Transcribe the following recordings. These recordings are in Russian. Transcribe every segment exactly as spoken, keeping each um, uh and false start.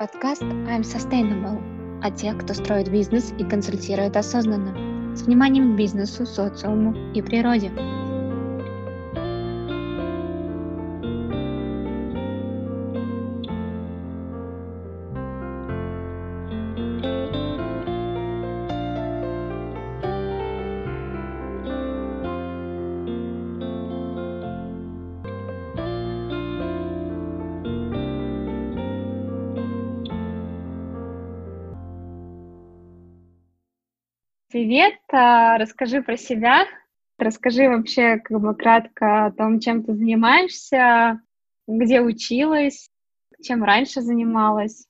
подкаст I'm Sustainable о тех, кто строит бизнес и консультирует осознанно, с вниманием к бизнесу, социуму и природе. Привет, а, расскажи про себя, расскажи вообще как бы кратко о том, чем ты занимаешься, где училась, чем раньше занималась.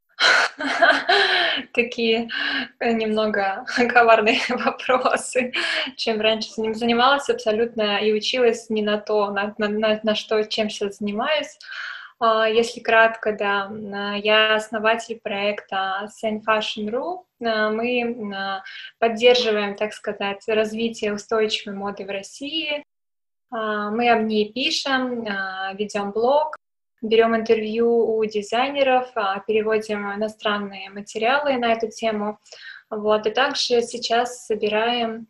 Такие э, немного коварные вопросы. Чем раньше с ним занималась абсолютно и училась не на то, на, на, на, на что, чем сейчас занимаюсь. А, Если кратко, да, а, я основатель проекта Sen Fashion точка ру. А, Мы а, поддерживаем, так сказать, развитие устойчивой моды в России. А, Мы об ней пишем, а, ведем блог, берем интервью у дизайнеров, а, переводим иностранные материалы на эту тему. Вот. И также сейчас собираем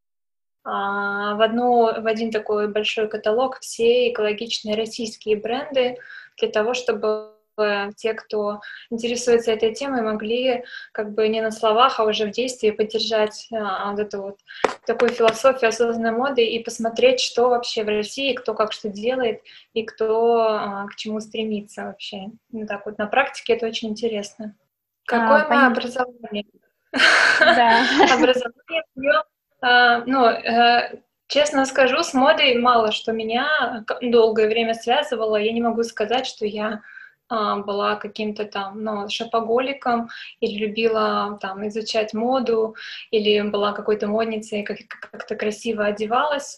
а, в, одну, в один такой большой каталог все экологичные российские бренды для того, чтобы те, кто интересуется этой темой, могли как бы не на словах, а уже в действии поддержать а, вот эту вот такую философию осознанной моды и посмотреть, что вообще в России, кто как что делает и кто а, к чему стремится вообще. Ну так вот, на практике это очень интересно. А, Какое мое пон- образование? Да. Образование мое, а, ну, э, честно скажу, с модой мало что меня к- долгое время связывало. Я не могу сказать, что я а, была каким-то там, ну, шопоголиком или любила там изучать моду, или была какой-то модницей, как- как-то красиво одевалась.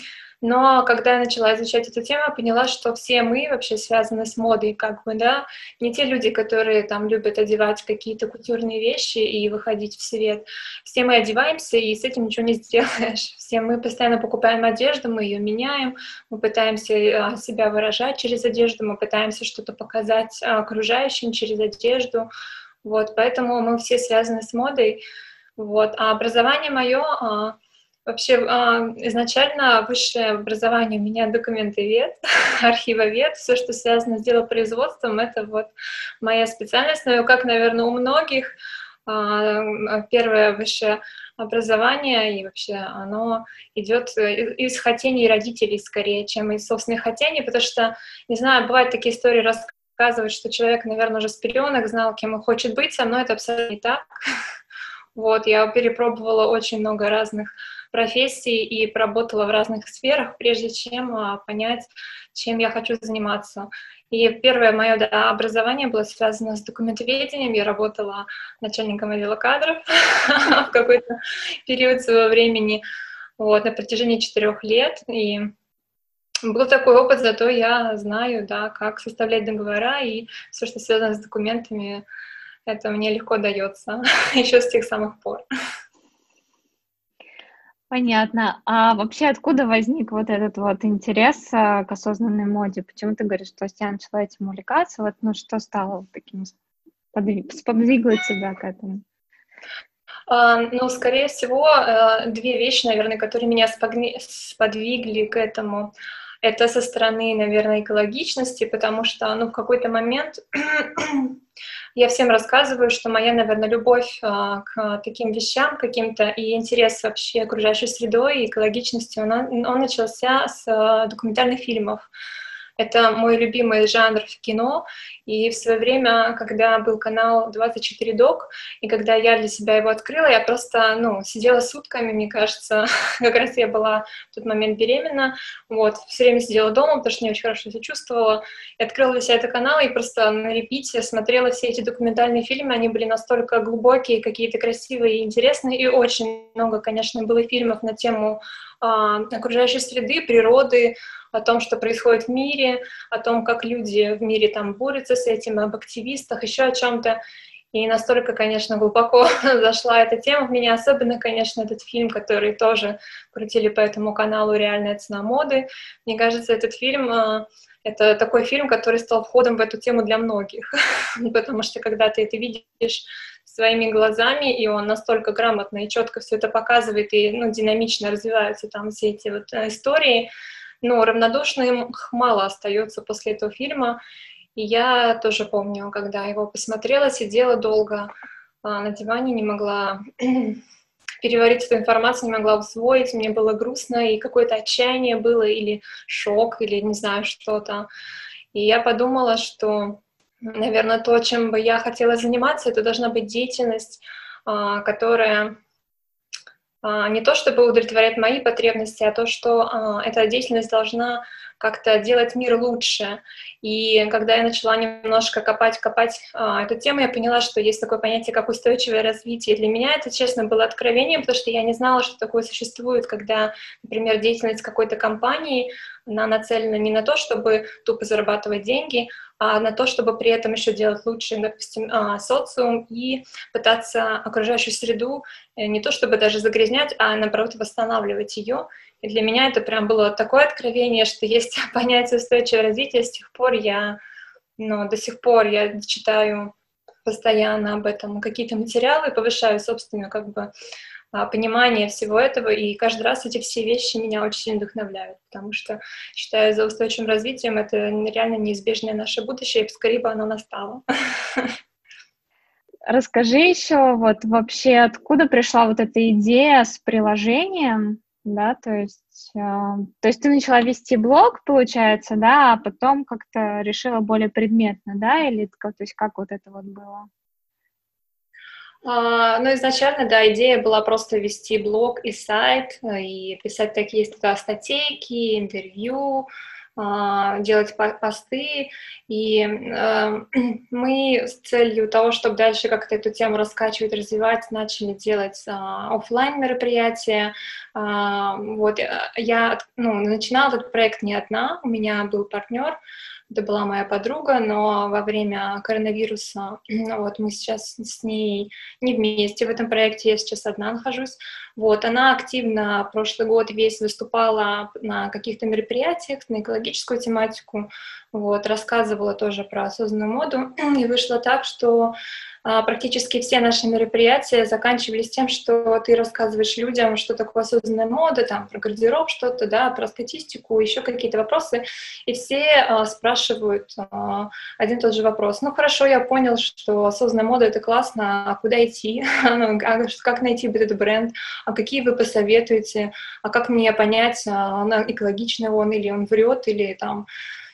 Но когда я начала изучать эту тему, я поняла, что все мы вообще связаны с модой, как бы, да, не те люди, которые там любят одевать какие-то кутюрные вещи и выходить в свет. Все мы одеваемся, и с этим ничего не сделаешь. Все мы постоянно покупаем одежду, мы ее меняем, мы пытаемся а, себя выражать через одежду, мы пытаемся что-то показать а, окружающим через одежду. Вот, поэтому мы все связаны с модой. Вот. А образование мое вообще а, изначально высшее образование у меня документовед, архивовед, все, что связано с делопроизводством, это вот моя специальность, но как, наверное, у многих, а, первое высшее образование, и вообще оно идет из хотений родителей скорее, чем из собственных хотений, потому что, не знаю, бывают такие истории, рассказывают, что человек, наверное, уже с пеленок знал, кем он хочет быть, со мной это абсолютно не так. Вот, я перепробовала очень много разных профессий и поработала в разных сферах, прежде чем а, понять, чем я хочу заниматься. И первое мое да, образование было связано с документоведением. Я работала начальником отдела кадров в какой-то период своего времени, вот, на протяжении четырех лет. И был такой опыт, зато я знаю, да, как составлять договора и все, что связано с документами, это мне легко дается еще с тех самых пор. Понятно. А вообще откуда возник вот этот вот интерес а, к осознанной моде? Почему ты говоришь, что я начала этим увлекаться? Вот, ну, что стало вот таким, сподвиг- сподвигло тебя к этому? А, Ну, скорее всего, э, две вещи, наверное, которые меня спогни- сподвигли к этому. Это со стороны, наверное, экологичности, потому что, ну, в какой-то момент я всем рассказываю, что моя, наверное, любовь а, к таким вещам каким-то и интерес вообще окружающей средой и экологичностью, он, он начался с а, документальных фильмов. Это мой любимый жанр в кино, и в свое время, когда был канал двадцать четыре док, и когда я для себя его открыла, я просто, ну, сидела сутками, мне кажется, как раз я была в тот момент беременна, вот, все время сидела дома, потому что не очень хорошо себя чувствовала, и открыла для себя этот канал, и просто на репите смотрела все эти документальные фильмы, они были настолько глубокие, какие-то красивые и интересные, и очень много, конечно, было фильмов на тему а, окружающей среды, природы, о том, что происходит в мире, о том, как люди в мире там борются с этим, об активистах, еще о чем-то. И настолько, конечно, глубоко зашла эта тема в меня, особенно, конечно, этот фильм, который тоже крутили по этому каналу «Реальная цена моды». Мне кажется, этот фильм это такой фильм, который стал входом в эту тему для многих, потому что когда ты это видишь своими глазами, и он настолько грамотно и четко все это показывает, и ну, динамично развиваются там все эти вот истории, но равнодушных мало остается после этого фильма. И я тоже помню, когда его посмотрела, сидела долго а, на диване, не могла переварить эту информацию, не могла усвоить, мне было грустно, и какое-то отчаяние было, или шок, или не знаю, что-то. И я подумала, что, наверное, то, чем бы я хотела заниматься, это должна быть деятельность, а, которая а, не то чтобы удовлетворять мои потребности, а то, что а, эта деятельность должна как-то делать мир лучше. И когда я начала немножко копать-копать а, эту тему, я поняла, что есть такое понятие, как устойчивое развитие. Для меня это, честно, было откровением, потому что я не знала, что такое существует, когда, например, деятельность какой-то компании, она нацелена не на то, чтобы тупо зарабатывать деньги, а на то, чтобы при этом еще делать лучше, допустим, а, социум и пытаться окружающую среду э, не то чтобы даже загрязнять, а наоборот восстанавливать ее. И для меня это прям было такое откровение, что есть понятие устойчивого развития. С тех пор я, ну, до сих пор я читаю постоянно об этом какие-то материалы, повышаю собственное как бы а, понимание всего этого, и каждый раз эти все вещи меня очень сильно вдохновляют, потому что считаю, за устойчивым развитием это реально неизбежное наше будущее, и поскорее бы оно настало. Расскажи еще вот вообще, откуда пришла вот эта идея с приложением, да, то есть, э, то есть ты начала вести блог, получается, да, а потом как-то решила более предметно, да, или как- то есть как вот это вот было? А, ну, изначально, да, идея была просто вести блог и сайт, э, и писать такие туда статейки, интервью, а, делать по- посты. И э, мы с целью того, чтобы дальше как-то эту тему раскачивать, развивать, начали делать а, оффлайн мероприятия. А, вот, э, я ну, начинала этот проект не одна, у меня был партнер, это была моя подруга, но во время коронавируса, вот мы сейчас с ней не вместе в этом проекте, я сейчас одна нахожусь. Вот, она активно прошлый год весь выступала на каких-то мероприятиях на экологическую тематику, вот, рассказывала тоже про осознанную моду, и вышло так, что а, практически все наши мероприятия заканчивались тем, что ты рассказываешь людям, что такое осознанная мода, там, про гардероб что-то, да, про статистику, еще какие-то вопросы, и все а, спрашивают а, один и тот же вопрос. Ну, хорошо, я понял, что осознанная мода — это классно, а куда идти? Ну, а как найти этот бренд? А какие вы посоветуете? А как мне понять, а, экологичный он, или он врет, или там...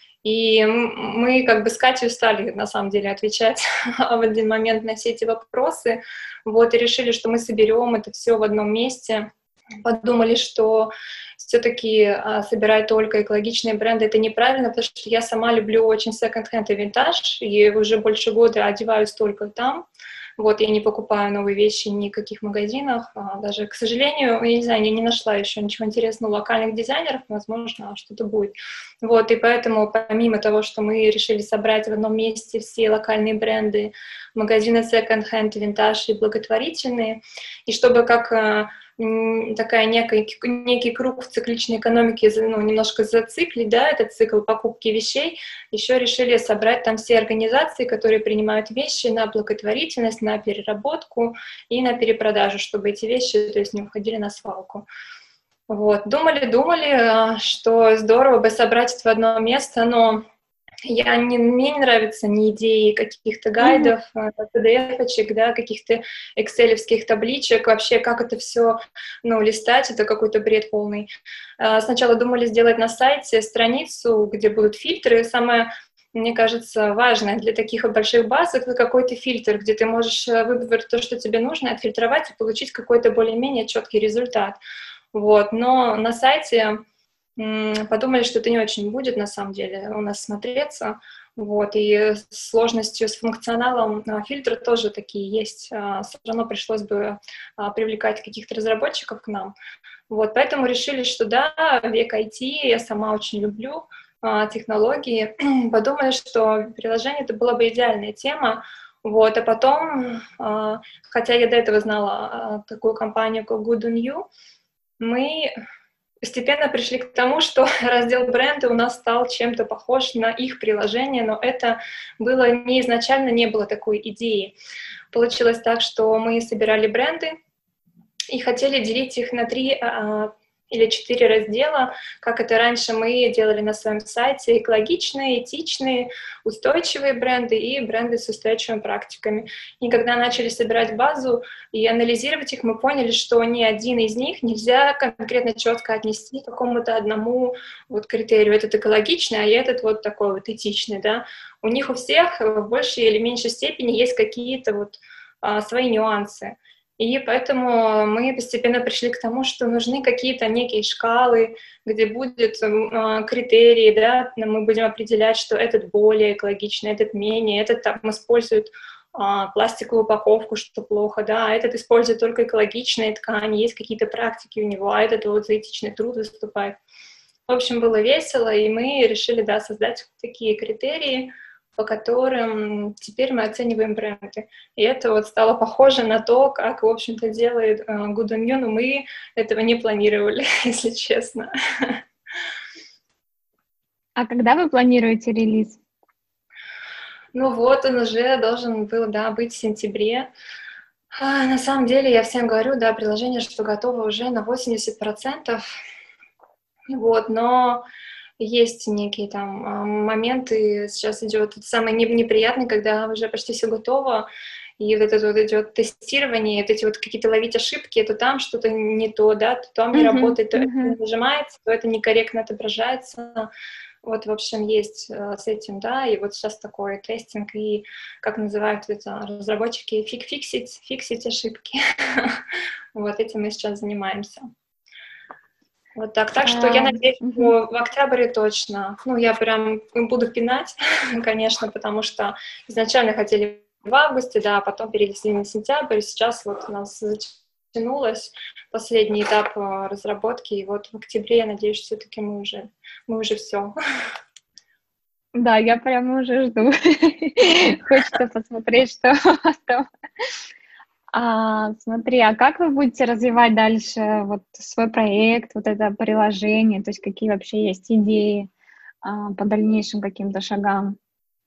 И мы как бы с Катей стали, на самом деле, отвечать в один момент на все эти вопросы. Вот, и решили, что мы соберем это все в одном месте. Подумали, что все-таки а, собирать только экологичные бренды — это неправильно, потому что я сама люблю очень секонд-хенд и винтаж, и уже больше года одеваюсь только там. Вот, я не покупаю новые вещи ни в каких магазинах. А, даже, к сожалению, я не знаю, я не нашла еще ничего интересного у локальных дизайнеров, возможно, что-то будет. Вот, и поэтому, помимо того, что мы решили собрать в одном месте все локальные бренды, магазины секонд-хенд, винтаж и благотворительные, и чтобы как такая некая, некий круг в цикличной экономике, ну, немножко зациклить, да, этот цикл покупки вещей, еще решили собрать там все организации, которые принимают вещи на благотворительность, на переработку и на перепродажу, чтобы эти вещи, то есть, не уходили на свалку. Вот. Думали-думали, что здорово бы собрать это в одно место, но я не, мне не нравятся ни идеи каких-то Мгм. гайдов, пи ди эф-очек, да, каких-то экселевских табличек, вообще как это все, ну, листать, это какой-то бред полный. А, Сначала думали сделать на сайте страницу, где будут фильтры. Самое, мне кажется, важное для таких вот больших баз — это какой-то фильтр, где ты можешь э, выбрать то, что тебе нужно, отфильтровать и получить какой-то более-менее четкий результат. Вот. Но на сайте подумали, что это не очень будет, на самом деле, у нас смотреться. Вот, и с сложностью с функционалом а, фильтры тоже такие есть. А, Все равно пришлось бы а, привлекать каких-то разработчиков к нам. Вот, поэтому решили, что да, век ай ти, я сама очень люблю а, технологии. Подумали, что приложение — это была бы идеальная тема. Вот, а потом, а, хотя я до этого знала а, такую компанию, как Good on You, мы постепенно пришли к тому, что раздел бренды у нас стал чем-то похож на их приложение, но это было не изначально, не было такой идеи. Получилось так, что мы собирали бренды и хотели делить их на три а, или четыре раздела, как это раньше мы делали на своем сайте: экологичные, этичные, устойчивые бренды и бренды с устойчивыми практиками. И когда начали собирать базу и анализировать их, мы поняли, что ни один из них нельзя конкретно четко отнести к какому-то одному вот критерию. Этот экологичный, а этот вот такой вот этичный, да. У них у всех в большей или меньшей степени есть какие-то вот а, свои нюансы. И поэтому мы постепенно пришли к тому, что нужны какие-то некие шкалы, где будут э, критерии, да, мы будем определять, что этот более экологичный, этот менее, этот там использует а, пластиковую упаковку, что плохо, да, а этот использует только экологичные ткани, есть какие-то практики у него, а этот вот за этичный труд выступает. В общем, было весело, и мы решили, да, создать такие критерии, по которым теперь мы оцениваем бренды. И это вот стало похоже на то, как, в общем-то, делает э, Good On You, но мы этого не планировали, если честно. А когда вы планируете релиз? Ну вот, он уже должен был, да, быть в сентябре. А, на самом деле, я всем говорю, да, приложение, что готово уже на восемьдесят процентов. Вот, но есть некие там а, моменты, сейчас идет самый не- неприятный, когда уже почти все готово, и вот это вот идет тестирование, вот эти вот какие-то ловить ошибки, то там что-то не то, да, то там не Мгм, работает, то это не мгм. нажимается, то это некорректно отображается. Вот, в общем, есть э, с этим, да, и вот сейчас такой тестинг, и, как называют это разработчики, фиг фиксить, фиксить ошибки. Вот этим мы сейчас занимаемся. Вот так. Так что я А, надеюсь, мгм. что в октябре точно. Ну, я прям буду пинать, конечно, потому что изначально хотели в августе, да, а потом перенесли на сентябрь. Сейчас вот у нас затянулось последний этап э, разработки, и вот в октябре, я надеюсь, все-таки мы уже, мы уже все. Да, я прямо уже жду. Хочется посмотреть, что у вас там. А, смотри, а как вы будете развивать дальше вот свой проект, вот это приложение? То есть какие вообще есть идеи а, по дальнейшим каким-то шагам?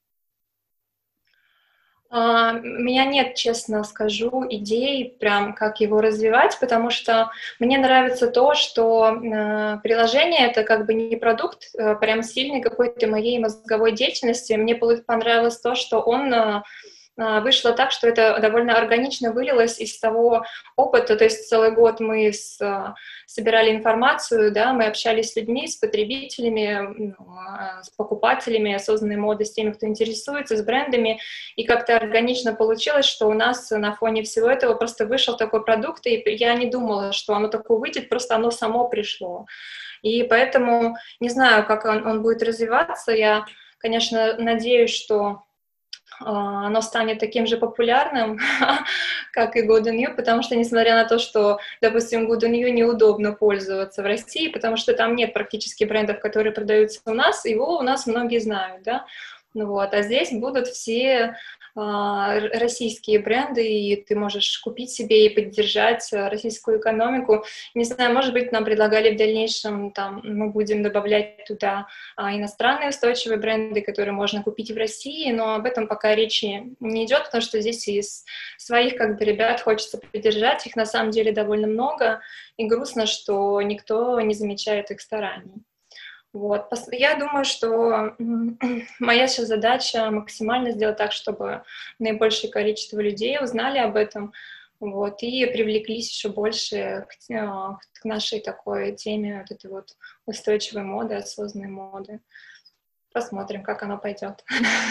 А, у меня нет, честно скажу, идей, прям как его развивать, потому что мне нравится то, что э, приложение это как бы не продукт э, прям сильной какой-то моей мозговой деятельности. Мне полу- понравилось то, что он э, а, вышло так, что это довольно органично вылилось из того опыта. То есть целый год мы с, а, собирали информацию, да, мы общались с людьми, с потребителями, ну, а, с покупателями осознанной моды, с теми, кто интересуется, с брендами. И как-то органично получилось, что у нас на фоне всего этого просто вышел такой продукт, и я не думала, что оно такое выйдет, просто оно само пришло. И поэтому не знаю, как он, он будет развиваться. Я, конечно, надеюсь, что а, оно станет таким же популярным, как и Good On You, потому что, несмотря на то, что, допустим, Good On You неудобно пользоваться в России, потому что там нет практически брендов, которые продаются у нас, его у нас многие знают, да, ну вот, а здесь будут все а, р- российские бренды, и ты можешь купить себе и поддержать а, российскую экономику. Не знаю, может быть, нам предлагали в дальнейшем, там, мы будем добавлять туда а, иностранные устойчивые бренды, которые можно купить в России, но об этом пока речи не идет, потому что здесь из своих как бы ребят хочется поддержать, их на самом деле довольно много, и грустно, что никто не замечает их стараний. Вот. Я думаю, что моя сейчас задача максимально сделать так, чтобы наибольшее количество людей узнали об этом, вот, и привлеклись еще больше к, а, к нашей такой теме вот этой вот устойчивой моды, осознанной моды. Посмотрим, как оно пойдет.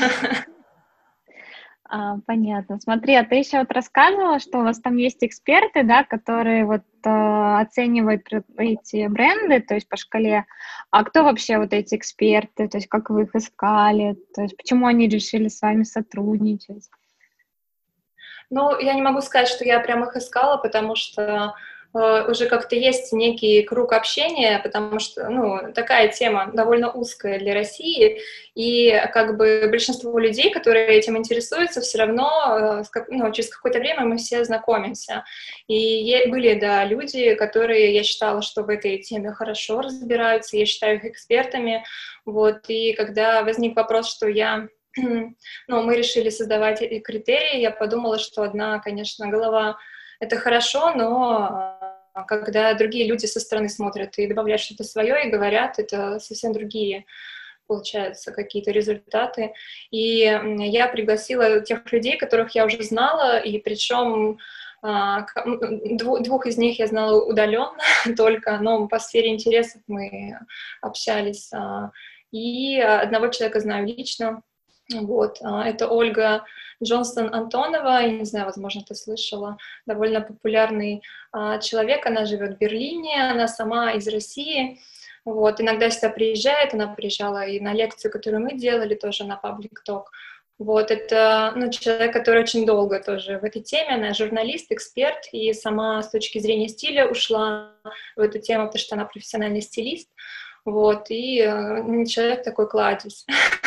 А, понятно. Смотри, а ты еще вот рассказывала, что у вас там есть эксперты, да, которые вот а, оценивают пр- эти бренды, то есть по шкале. А кто вообще вот эти эксперты? То есть как вы их искали? То есть почему они решили с вами сотрудничать? Ну, я не могу сказать, что я прям их искала, потому что э, уже как-то есть некий круг общения, потому что, ну, такая тема довольно узкая для России, и как бы большинство людей, которые этим интересуются, все равно, э, с как- ну, через какое-то время мы все знакомимся. И е- были, да, люди, которые, я считала, что в этой теме хорошо разбираются, я считаю их экспертами, вот, и когда возник вопрос, что я ну, мы решили создавать эти критерии, я подумала, что одна, конечно, голова — это хорошо, но а, когда другие люди со стороны смотрят и добавляют что-то свое и говорят, это совсем другие, получаются, какие-то результаты. И м, я пригласила тех людей, которых я уже знала, и причем а, к- м, дву- двух из них я знала удаленно только, но по сфере интересов мы общались. а, И одного человека знаю лично. Вот, а, это Ольга Джонстон-Антонова, я не знаю, возможно, ты слышала, довольно популярный а, человек, она живет в Берлине, она сама из России, вот, иногда сюда приезжает, она приезжала и на лекцию, которую мы делали, тоже на Public Talk. Вот, это, ну, человек, который очень долго тоже в этой теме, она журналист, эксперт, и сама с точки зрения стиля ушла в эту тему, потому что она профессиональный стилист. Вот, и э, человек такой кладезь,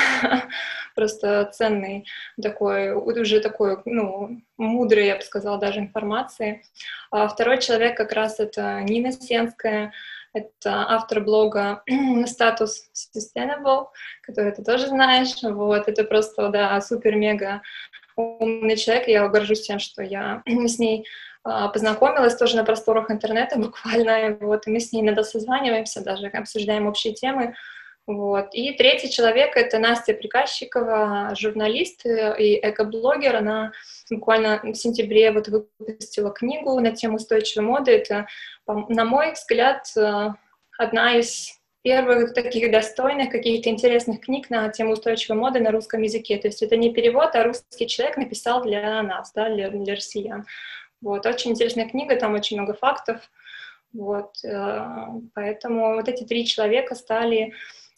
просто ценный, такой, уже такой, ну, мудрый, я бы сказала, даже информации. А второй человек как раз это Нина Сенская, это автор блога «Статус Sustainable», который ты тоже знаешь, вот, это просто, да, супер-мега умный человек, и я горжусь тем, что я с ней а, познакомилась тоже на просторах интернета буквально, вот, и мы с ней иногда созваниваемся, даже обсуждаем общие темы, вот. И третий человек — это Настя Приказчикова, журналист э, и экоблогер, она буквально в сентябре вот выпустила книгу на тему устойчивой моды, это, по- на мой взгляд, э, одна из первых таких достойных, каких-то интересных книг на тему устойчивой моды на русском языке. То есть это не перевод, а русский человек написал для нас, да, для, для россиян. Вот, очень интересная книга, там очень много фактов. Вот, э, поэтому вот эти три человека стали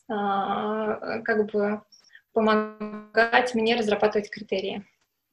а, как бы помогать мне разрабатывать критерии.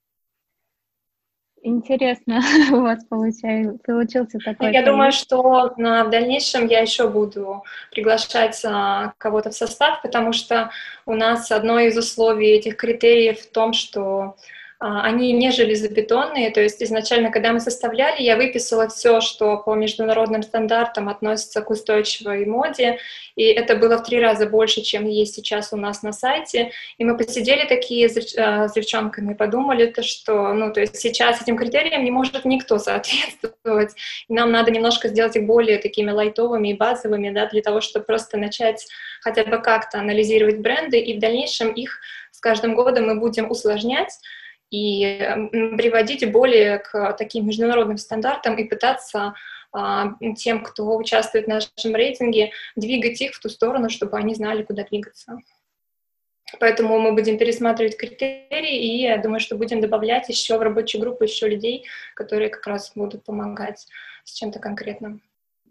Интересно, у вас получай- получился Ну, такой я думаю, союз. что а, в дальнейшем я еще буду приглашать а, кого-то в состав, потому что у нас одно из условий этих критериев в том, что а, они не железобетонные, то есть изначально, когда мы составляли, я выписала все, что по международным стандартам относится к устойчивой моде, и это было в три раза больше, чем есть сейчас у нас на сайте, и мы посидели такие с дев- а, с девчонками, подумали, то, что, ну, то есть сейчас этим критериям не может никто соответствовать, и нам надо немножко сделать их более такими лайтовыми и базовыми, да, для того, чтобы просто начать хотя бы как-то анализировать бренды, и в дальнейшем их с каждым годом мы будем усложнять и м, приводить более к таким международным стандартам и пытаться а, тем, кто участвует в нашем рейтинге, двигать их в ту сторону, чтобы они знали, куда двигаться. Поэтому мы будем пересматривать критерии, и я думаю, что будем добавлять еще в рабочую группу еще людей, которые как раз будут помогать с чем-то конкретным.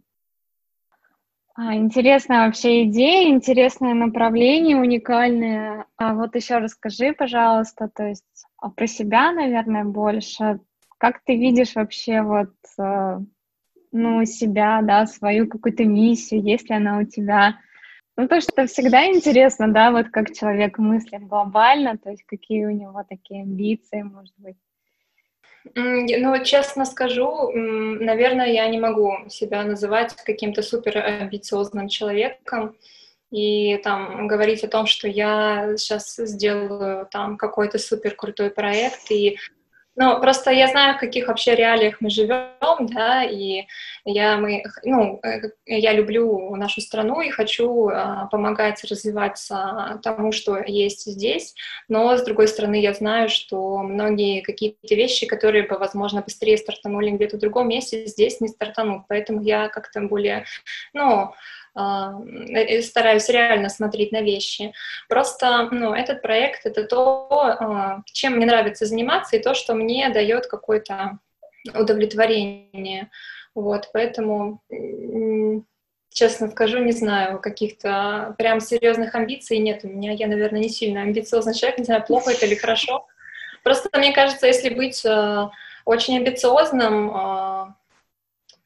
А, интересная вообще идея, интересное направление, уникальное. А вот еще расскажи, пожалуйста, то есть а, про себя, наверное, больше. Как ты видишь вообще вот, э, ну, себя, да, свою какую-то миссию, есть ли она у тебя? Ну, то, что всегда интересно, да, вот как человек мыслит глобально, то есть какие у него такие амбиции, может быть. М, я- Ну, честно скажу, м, наверное, я не могу себя называть каким-то супер амбициозным человеком и там говорить о том, что я сейчас сделаю там какой-то супер крутой проект и ну, просто я знаю, в каких вообще реалиях мы живем, да, и я, мы, х- ну, э, как- я люблю нашу страну и хочу а, помогать развиваться тому, что есть здесь, но, с другой стороны, я знаю, что многие какие-то вещи, которые бы, возможно, быстрее стартанули где-то в другом месте, здесь не стартанут, поэтому я как-то более, ну, а, э, стараюсь реально смотреть на вещи. Просто, ну, этот проект — это то, а, чем мне нравится заниматься, и то, что мне дает какое-то удовлетворение. Вот, поэтому, м, честно скажу, не знаю, каких-то прям серьезных амбиций нет у меня. Я, наверное, не сильно амбициозный человек, не знаю, плохо это или хорошо. Просто мне кажется, если быть э, очень амбициозным, а,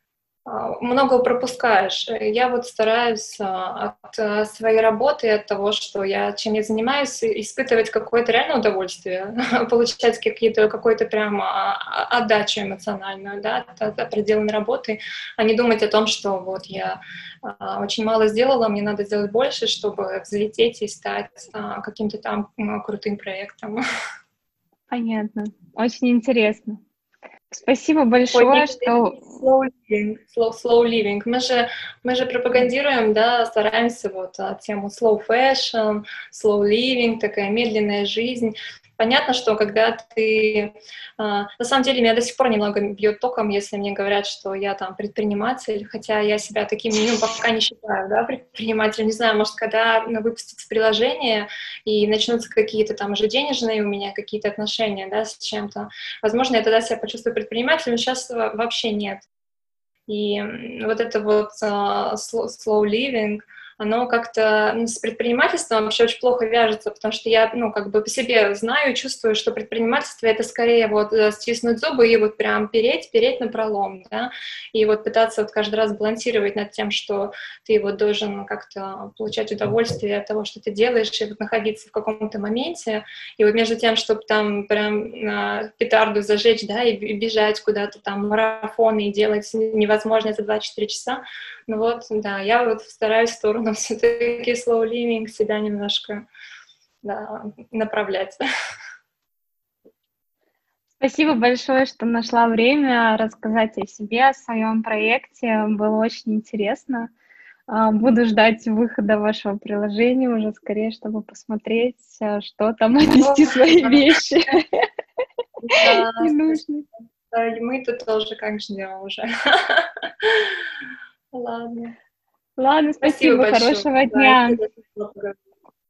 а, много пропускаешь. Э, Я вот стараюсь а, от а, своей работы, от того, что я чем я занимаюсь, и- испытывать какое-то реальное удовольствие, получать какие-то, какую-то прям а, а, отдачу эмоциональную, да, от, от проделанной работы, а не думать о том, что вот я а, очень мало сделала, мне надо сделать больше, чтобы взлететь и стать а, каким-то там м, крутым проектом. Понятно. Очень интересно. Спасибо Ой, большое, Никита, что... slow living, slow, slow living. Мы же, мы же пропагандируем, да, стараемся вот а, тему slow fashion, slow living, такая медленная жизнь. Понятно, что когда ты... а, на самом деле меня до сих пор немного бьет током, если мне говорят, что я там предприниматель, хотя я себя таким, ну, пока не считаю, да, предпринимателем. Не знаю, может, когда ну, выпустится приложение и начнутся какие-то там уже денежные у меня какие-то отношения, да, с чем-то, возможно, я тогда себя почувствую предпринимателем, сейчас вообще нет. И м, вот это вот а, slow, slow living, оно как-то ну, с предпринимательством вообще очень плохо вяжется, потому что я, ну, как бы по себе знаю, чувствую, что предпринимательство — это скорее вот э, стиснуть зубы и вот прям переть, переть напролом, да, и вот пытаться вот каждый раз балансировать над тем, что ты вот должен как-то получать удовольствие от того, что ты делаешь, и вот находиться в каком-то моменте, и вот между тем, чтобы там прям а, петарду зажечь, да, и, и бежать куда-то там, марафоны и делать невозможное за двадцать четыре часа, ну вот, да, я вот стараюсь в сторону все-таки slow living, себя немножко, да, направлять. Спасибо большое, что нашла время рассказать о себе, о своем проекте. Было очень интересно. А, Буду ждать выхода вашего приложения уже скорее, чтобы посмотреть, а, что там, О, отнести свои вещи да, ненужные. да, и мы тут тоже как ждем уже. Ладно. Ладно, Спасибо спасибо, большое. хорошего Да, дня. интересно было поговорить.